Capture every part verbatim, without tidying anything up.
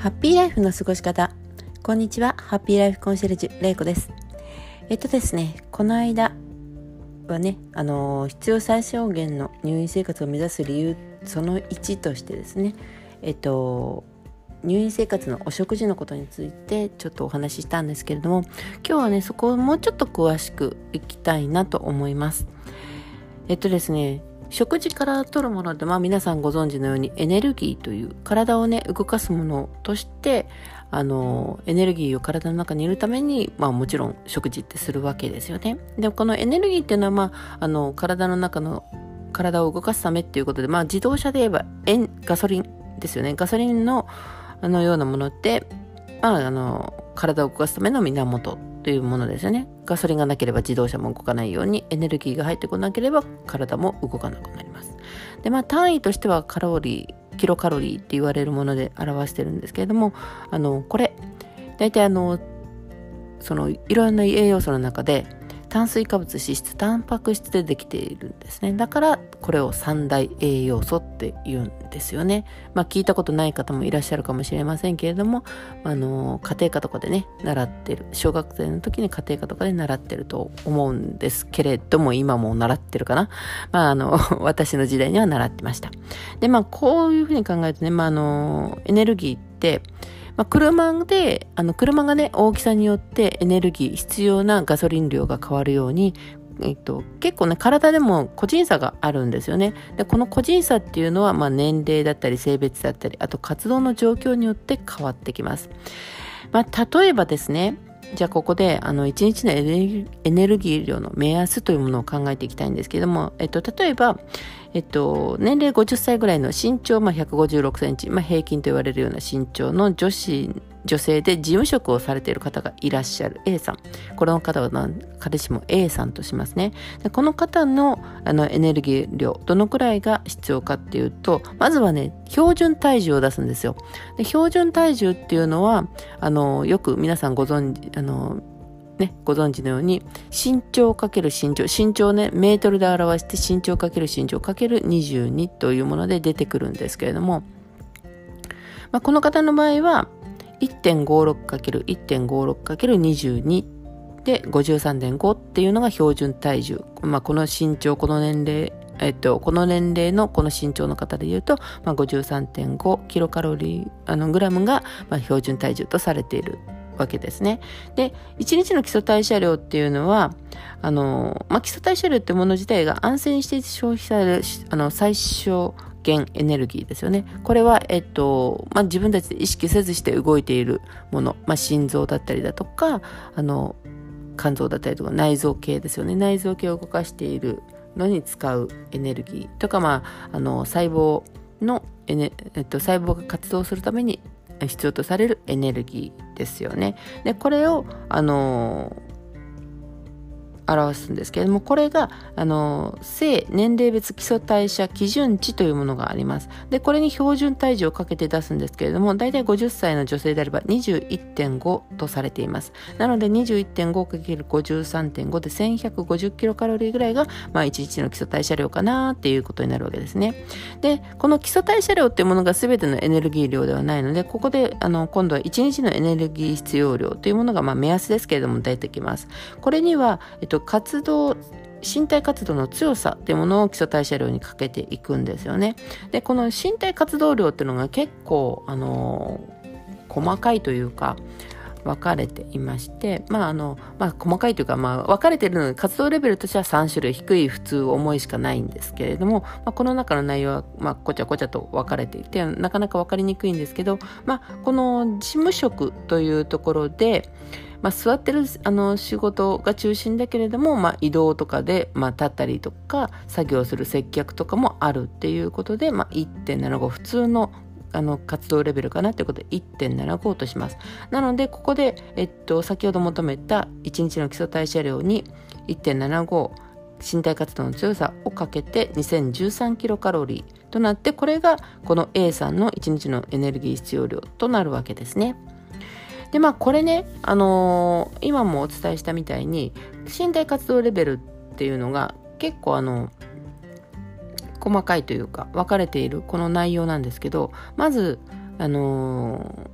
ハッピーライフの過ごし方。こんにちは、ハッピーライフコンシェルジュれいこです。えっとですねこの間はねあのー、必要最小限の入院生活を目指す理由そのいちとしてですねえっと入院生活のお食事のことについてちょっとお話ししたんですけれども、今日はねそこをもうちょっと詳しくいきたいなと思います。えっとですね食事から取るもので、まあ、皆さんご存知のようにエネルギーという体をね動かすものとしてあのエネルギーを体の中にいるために、まあ、もちろん食事ってするわけですよね。でこのエネルギーっていうのは、まあ、あの体の中の体を動かすためっていうことで、まあ、自動車で言えばエンガソリンですよね。ガソリンのあのようなものって、まあ、あの体を動かすための源というものですよね。ガソリンがなければ自動車も動かないように、エネルギーが入ってこなければ体も動かなくなります。で、まあ単位としてはカロリー、キロカロリーって言われるもので表してるんですけれども、あのこれ大体あのそのいろんな栄養素の中で炭水化物、脂質、タンパク質でできているんですね。だからこれを三大栄養素って言うんですよね。まあ聞いたことない方もいらっしゃるかもしれませんけれども、あの家庭科とかでね習ってる、小学生の時に家庭科とかで習ってると思うんですけれども、今も習ってるかな。まああの私の時代には習ってました。でまあこういうふうに考えるとね、まああのエネルギーってまあ、車で、あの車がね、大きさによってエネルギー、必要なガソリン量が変わるように、えっと、結構ね、体でも個人差があるんですよね。で、この個人差っていうのは、まあ、年齢だったり、性別だったり、あと活動の状況によって変わってきます。まあ、例えばですね、じゃあここであのいちにちのエネルギー量の目安というものを考えていきたいんですけども、えっと、例えば、えっと、年齢ごじゅっさいぐらいの身長、まあ、ひゃくごじゅうろくセンチ、まあ、平均と言われるような身長の女子女性で事務職をされている方がいらっしゃる A さん。この方は彼氏も A さんとしますね。でこの方の、あのエネルギー量どのくらいが必要かっていうと、まずはね標準体重を出すんですよ。で標準体重っていうのはあのよく皆さんご存知あのね、ご存知のように身長かける身長、身長ねメートルで表して身長かける身長かけるにじゅうにというもので出てくるんですけれども、まあ、この方の場合は いってんごろくかけるいってんごろくかけるにじゅうに で ごじゅうさんてんご っていうのが標準体重、まあ、この身長この年齢えっと、この年齢のこの身長の方で言うと、まあ、ごじゅうさんてんごキロカロリーあのグラムが、まあ、標準体重とされているわけですね。で、いちにちの基礎代謝量っていうのは、あの、まあ、基礎代謝量ってもの自体が安静にして消費される、あの、最小限エネルギーですよね。これは、えっと、まあ、自分たちで意識せずして動いているもの、まあ、心臓だったりだとか、あの、肝臓だったりとか内臓系ですよね。内臓系を動かしているのに使うエネルギーとか、まあ、あの、細胞のエネ、えっと、細胞が活動するために必要とされるエネルギーですよね。でこれをあの表すんですけれども、これがあの性年齢別基礎代謝基準値というものがあります。でこれに標準体重をかけて出すんですけれども、だいたいごじゅっさいの女性であれば にじゅういってんご とされています。なので にじゅういってんごかけるごじゅうさんてんご でせんひゃくごじゅっキロカロリーぐらいが、まあ、いちにちの基礎代謝量かなっていうことになるわけですね。でこの基礎代謝量っていうものが全てのエネルギー量ではないので、ここであの今度はいちにちのエネルギー必要量というものが、まあ、目安ですけれども出てきます。これには、えっと、活動身体活動の強さっていうものを基礎代謝量にかけていくんですよね。でこの身体活動量っていうのが結構あの細かいというか分かれていまして、まああのまあ、細かいというか、まあ、分かれているので活動レベルとしてはさんしゅるい、低い、普通、重いしかないんですけれども、まあ、この中の内容は、まあ、こちゃこちゃと分かれていてなかなか分かりにくいんですけど、まあ、この事務職というところでまあ、座ってるあの仕事が中心だけれども、まあ、移動とかで、まあ、立ったりとか作業する接客とかもあるっていうことで、まあ、いってんななご 普通のあの活動レベルかなということで いってんななご とします。なのでここで、えっと、先ほど求めたいちにちの基礎代謝量に いってんななご 身体活動の強さをかけてにせんじゅうさんキロカロリーとなって、これがこの A さんのいちにちのエネルギー必要量となるわけですね。でまあこれね、あのー、今もお伝えしたみたいに身体活動レベルっていうのが結構あの細かいというか分かれているこの内容なんですけど、まずあのー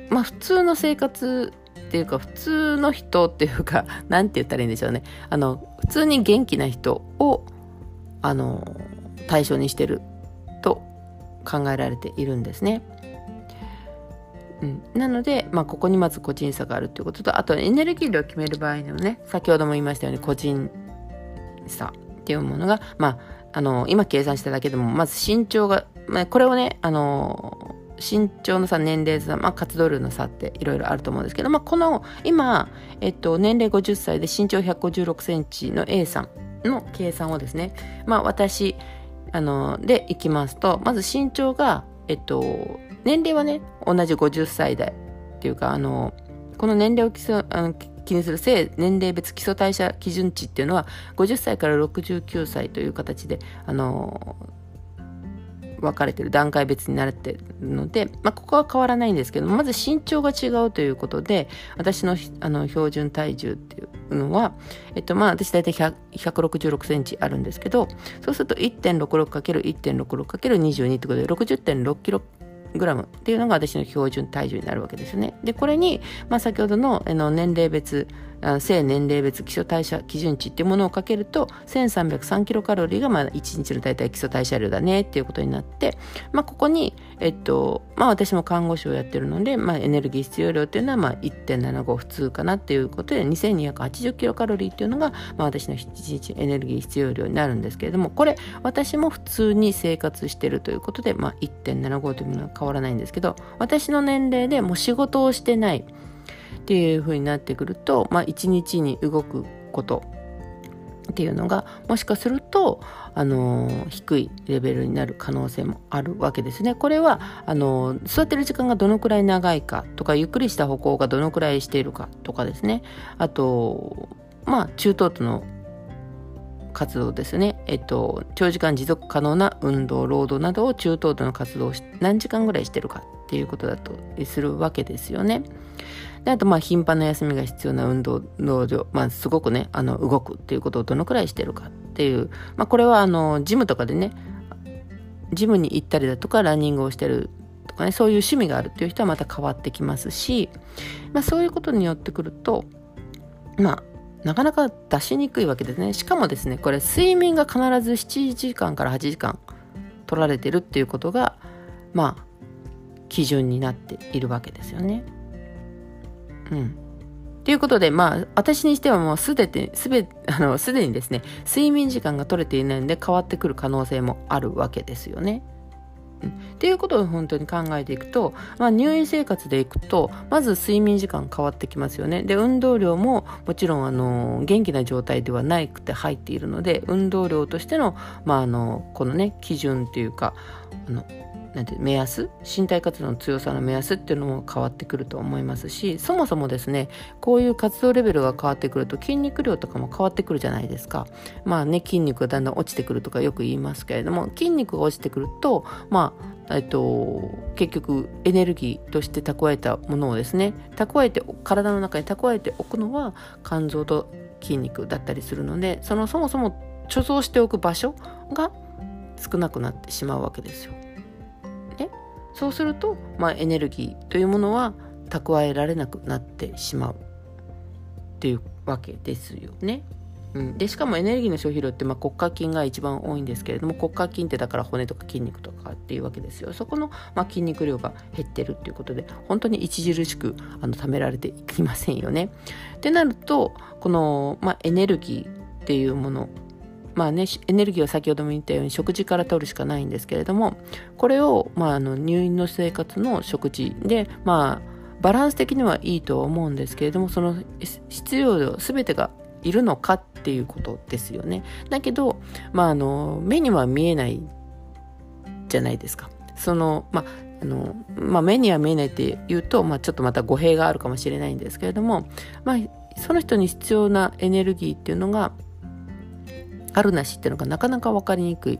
まあ普通の生活っていうか普通の人っていうかなんて言ったらいいんでしょうね。あの普通に元気な人をあの対象にしてると考えられているんですね。うん、なので、まあ、ここにまず個人差があるということと、あとエネルギー量を決める場合のね、先ほども言いましたように個人差っていうものが、まあ、あの今計算しただけでもまず身長が、まあ、これをねあの身長の差、年齢差、まあ、活動量の差っていろいろあると思うんですけど、まあ、この今、えっと、年齢ごじゅっさいで身長ひゃくごじゅうろくセンチの A さんの計算をですね、まあ、私あのでいきますと、まず身長がえっと年齢はね同じごじゅっさい代っていうか、あのこの年齢を基礎あの気にする性年齢別基礎代謝基準値っていうのはごじゅっさいからろくじゅうきゅうさいという形であの分かれてる、段階別になってるので、まあ、ここは変わらないんですけど、まず身長が違うということで、私の、あの標準体重っていうのは、えっとまあ私大体ひゃくろくじゅうろくセンチあるんですけど、そうすると いってんろくろくかけるいってんろくろくかけるにじゅうに ってことで ろくじゅってんろくキログラムっていうのが私の標準体重になるわけですよね。でこれに、まあ、先ほどの、あの年齢別性年齢別基礎代謝基準値っていうものをかけるとせんさんびゃくさんキロカロリーがまあいちにちの大体基礎代謝量だねっていうことになって、まあ、ここに、えっとまあ、私も看護師をやってるので、まあ、エネルギー必要量っていうのはまあ いってんななご 普通かなっていうことでにせんにひゃくはちじゅうキロカロリーっていうのが、まあ、私のいちにちエネルギー必要量になるんですけれども、これ私も普通に生活してるということで、まあ、いってんななご というものは変わらないんですけど、私の年齢でもう仕事をしてないっていう風になってくると、まあ、いちにちに動くことっていうのがもしかすると、あのー、低いレベルになる可能性もあるわけですね。これはあのー、座ってる時間がどのくらい長いかとか、ゆっくりした歩行がどのくらいしているかとかですね、あとまあ中等度の活動ですね、えっと、長時間持続可能な運動労働などを中等度の活動を何時間ぐらいしてるかっていうことだとするわけですよね。であとまあ頻繁な休みが必要な運動能量、まあ、すごくねあの動くっていうことをどのくらいしてるかっていう、まあ、これはあのジムとかでねジムに行ったりだとかランニングをしてるとかね、そういう趣味があるっていう人はまた変わってきますし、まあ、そういうことによってくるとまあなかなか出しにくいわけですね。しかもですね、これ睡眠が必ずしちじかんからはちじかん取られてるっていうことがまあ基準になっているわけですよね。うん。ということで、まあ私にしてはもうすでにすべあのすでにですね、睡眠時間が取れていないので変わってくる可能性もあるわけですよね。うん、っていうことを本当に考えていくと、まあ、入院生活でいくとまず睡眠時間変わってきますよね。で運動量ももちろんあの元気な状態ではなくて入っているので、運動量としての、まあ、あのこのね基準というかあのなんて目安、身体活動の強さの目安っていうのも変わってくると思いますし、そもそもですねこういう活動レベルが変わってくると筋肉量とかも変わってくるじゃないですか。まあね筋肉がだんだん落ちてくるとかよく言いますけれども、筋肉が落ちてくるとまあえっと結局エネルギーとして蓄えたものをですね蓄えて体の中に蓄えておくのは肝臓と筋肉だったりするので、そのそもそも貯蔵しておく場所が少なくなってしまうわけですよ。そうすると、まあ、エネルギーというものは蓄えられなくなってしまうというわけですよね。うん、でしかもエネルギーの消費量って、まあ、骨格筋が一番多いんですけれども、骨格筋ってだから骨とか筋肉とかっていうわけですよ。そこの、まあ、筋肉量が減ってるっていうことで本当に著しくあの貯められていきませんよね。ってなるとこの、まあ、エネルギーっていうもの、まあね、エネルギーは先ほども言ったように食事から取るしかないんですけれども、これを、まあ、あの入院の生活の食事で、まあ、バランス的にはいいとは思うんですけれども、その必要量全てがいるのかっていうことですよね。だけど、まあ、あの目には見えないじゃないですか。その、まああのまあ、目には見えないっていうと、まあ、ちょっとまた語弊があるかもしれないんですけれども、まあ、その人に必要なエネルギーっていうのがあるなしっていうのがなかなか分かりにくい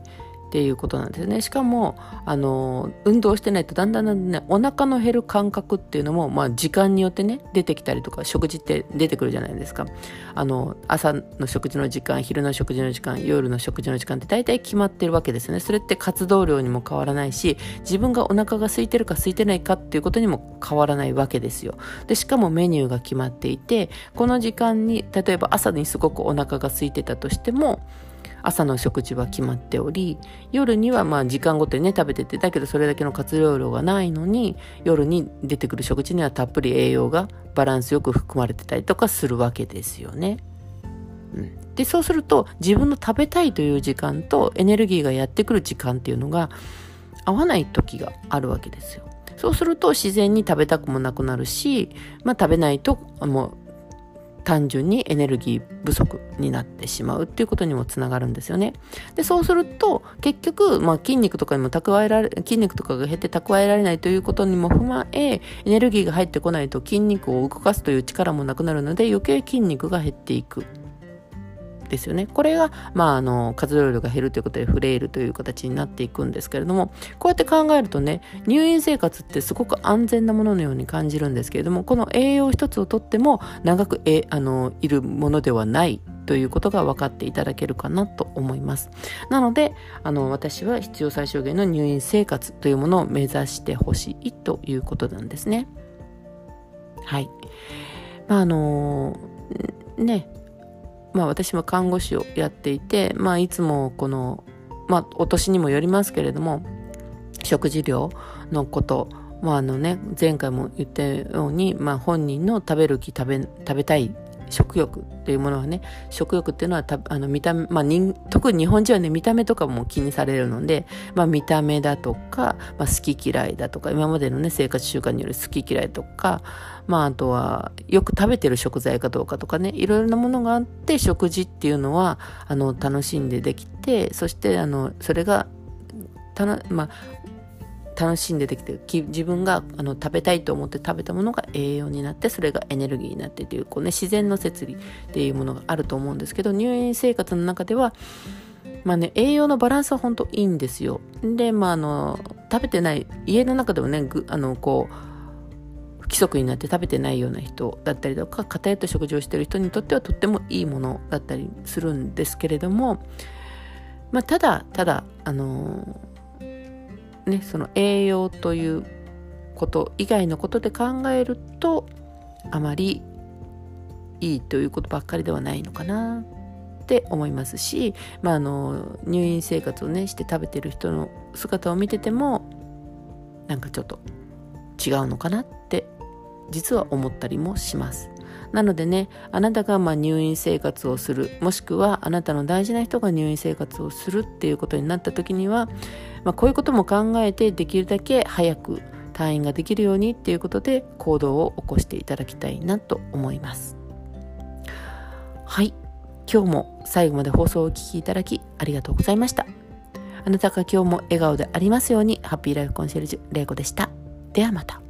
っていうことなんですね。しかもあの運動してないとだんだんだんだんね、お腹の減る感覚っていうのも、まあ、時間によってね出てきたりとか、食事って出てくるじゃないですか。あの朝の食事の時間、昼の食事の時間、夜の食事の時間って大体決まってるわけですね。それって活動量にも変わらないし、自分がお腹が空いてるか空いてないかっていうことにも変わらないわけですよ。でしかもメニューが決まっていて、この時間に例えば朝にすごくお腹が空いてたとしても、朝の食事は決まっており、夜にはまあ時間ごとにね食べてて、だけどそれだけの活動量がないのに、夜に出てくる食事にはたっぷり栄養がバランスよく含まれてたりとかするわけですよね。うん、でそうすると自分の食べたいという時間とエネルギーがやってくる時間っていうのが合わない時があるわけですよ。そうすると自然に食べたくもなくなるし、まあ、食べないともう単純にエネルギー不足になってしまうっていうことにもつながるんですよね。でそうすると結局、まあ、筋肉とかにも蓄えられ筋肉とかが減って蓄えられないということにも踏まえ、エネルギーが入ってこないと筋肉を動かすという力もなくなるので、余計筋肉が減っていくですよね。これが、まあ、あの活動量が減るということでフレイルという形になっていくんですけれども、こうやって考えるとね、入院生活ってすごく安全なもののように感じるんですけれども、この栄養一つをとっても長くえあのいるものではないということが分かっていただけるかなと思います。なのであの私は必要最小限の入院生活というものを目指してほしいということなんですね。はい。まああのねまあ私も看護師をやっていて、まあいつもこの、まあお年にもよりますけれども、食事量のこと、まああのね、前回も言ったように、まあ本人の食べる気、食べ、食べたい食欲っていうものはね、食欲っていうのはたあの見た目、まあ人、特に日本人はね、見た目とかも気にされるので、まあ見た目だとか、まあ好き嫌いだとか、今までのね、生活習慣による好き嫌いとか、まああとはよく食べてる食材かどうかとかね、いろいろなものがあって、食事っていうのはあの楽しんでできて、そしてあのそれがたなまあ楽しんでできて、自分があの食べたいと思って食べたものが栄養になって、それがエネルギーになってという、こうね、自然の摂理っていうものがあると思うんですけど、入院生活の中ではまあね、栄養のバランスは本当いいんですよ。で、まああの食べてない、家の中でもね、ぐあのこう不規則になって食べてないような人だったりとか、偏った食事をしている人にとってはとってもいいものだったりするんですけれども、まあただただあのね、その栄養ということ以外のことで考えるとあまりいいということばっかりではないのかなって思いますし、まあ、あの入院生活をねして食べてる人の姿を見ててもなんかちょっと違うのかなって実は思ったりもします。なのでね、あなたがまあ入院生活をする、もしくはあなたの大事な人が入院生活をするっていうことになった時には、まあ、こういうことも考えてできるだけ早く退院ができるようにっていうことで行動を起こしていただきたいなと思います。はい、今日も最後まで放送をお聞きいただきありがとうございました。あなたが今日も笑顔でありますように。ハッピーライフコンシェルジュれいこでした。ではまた。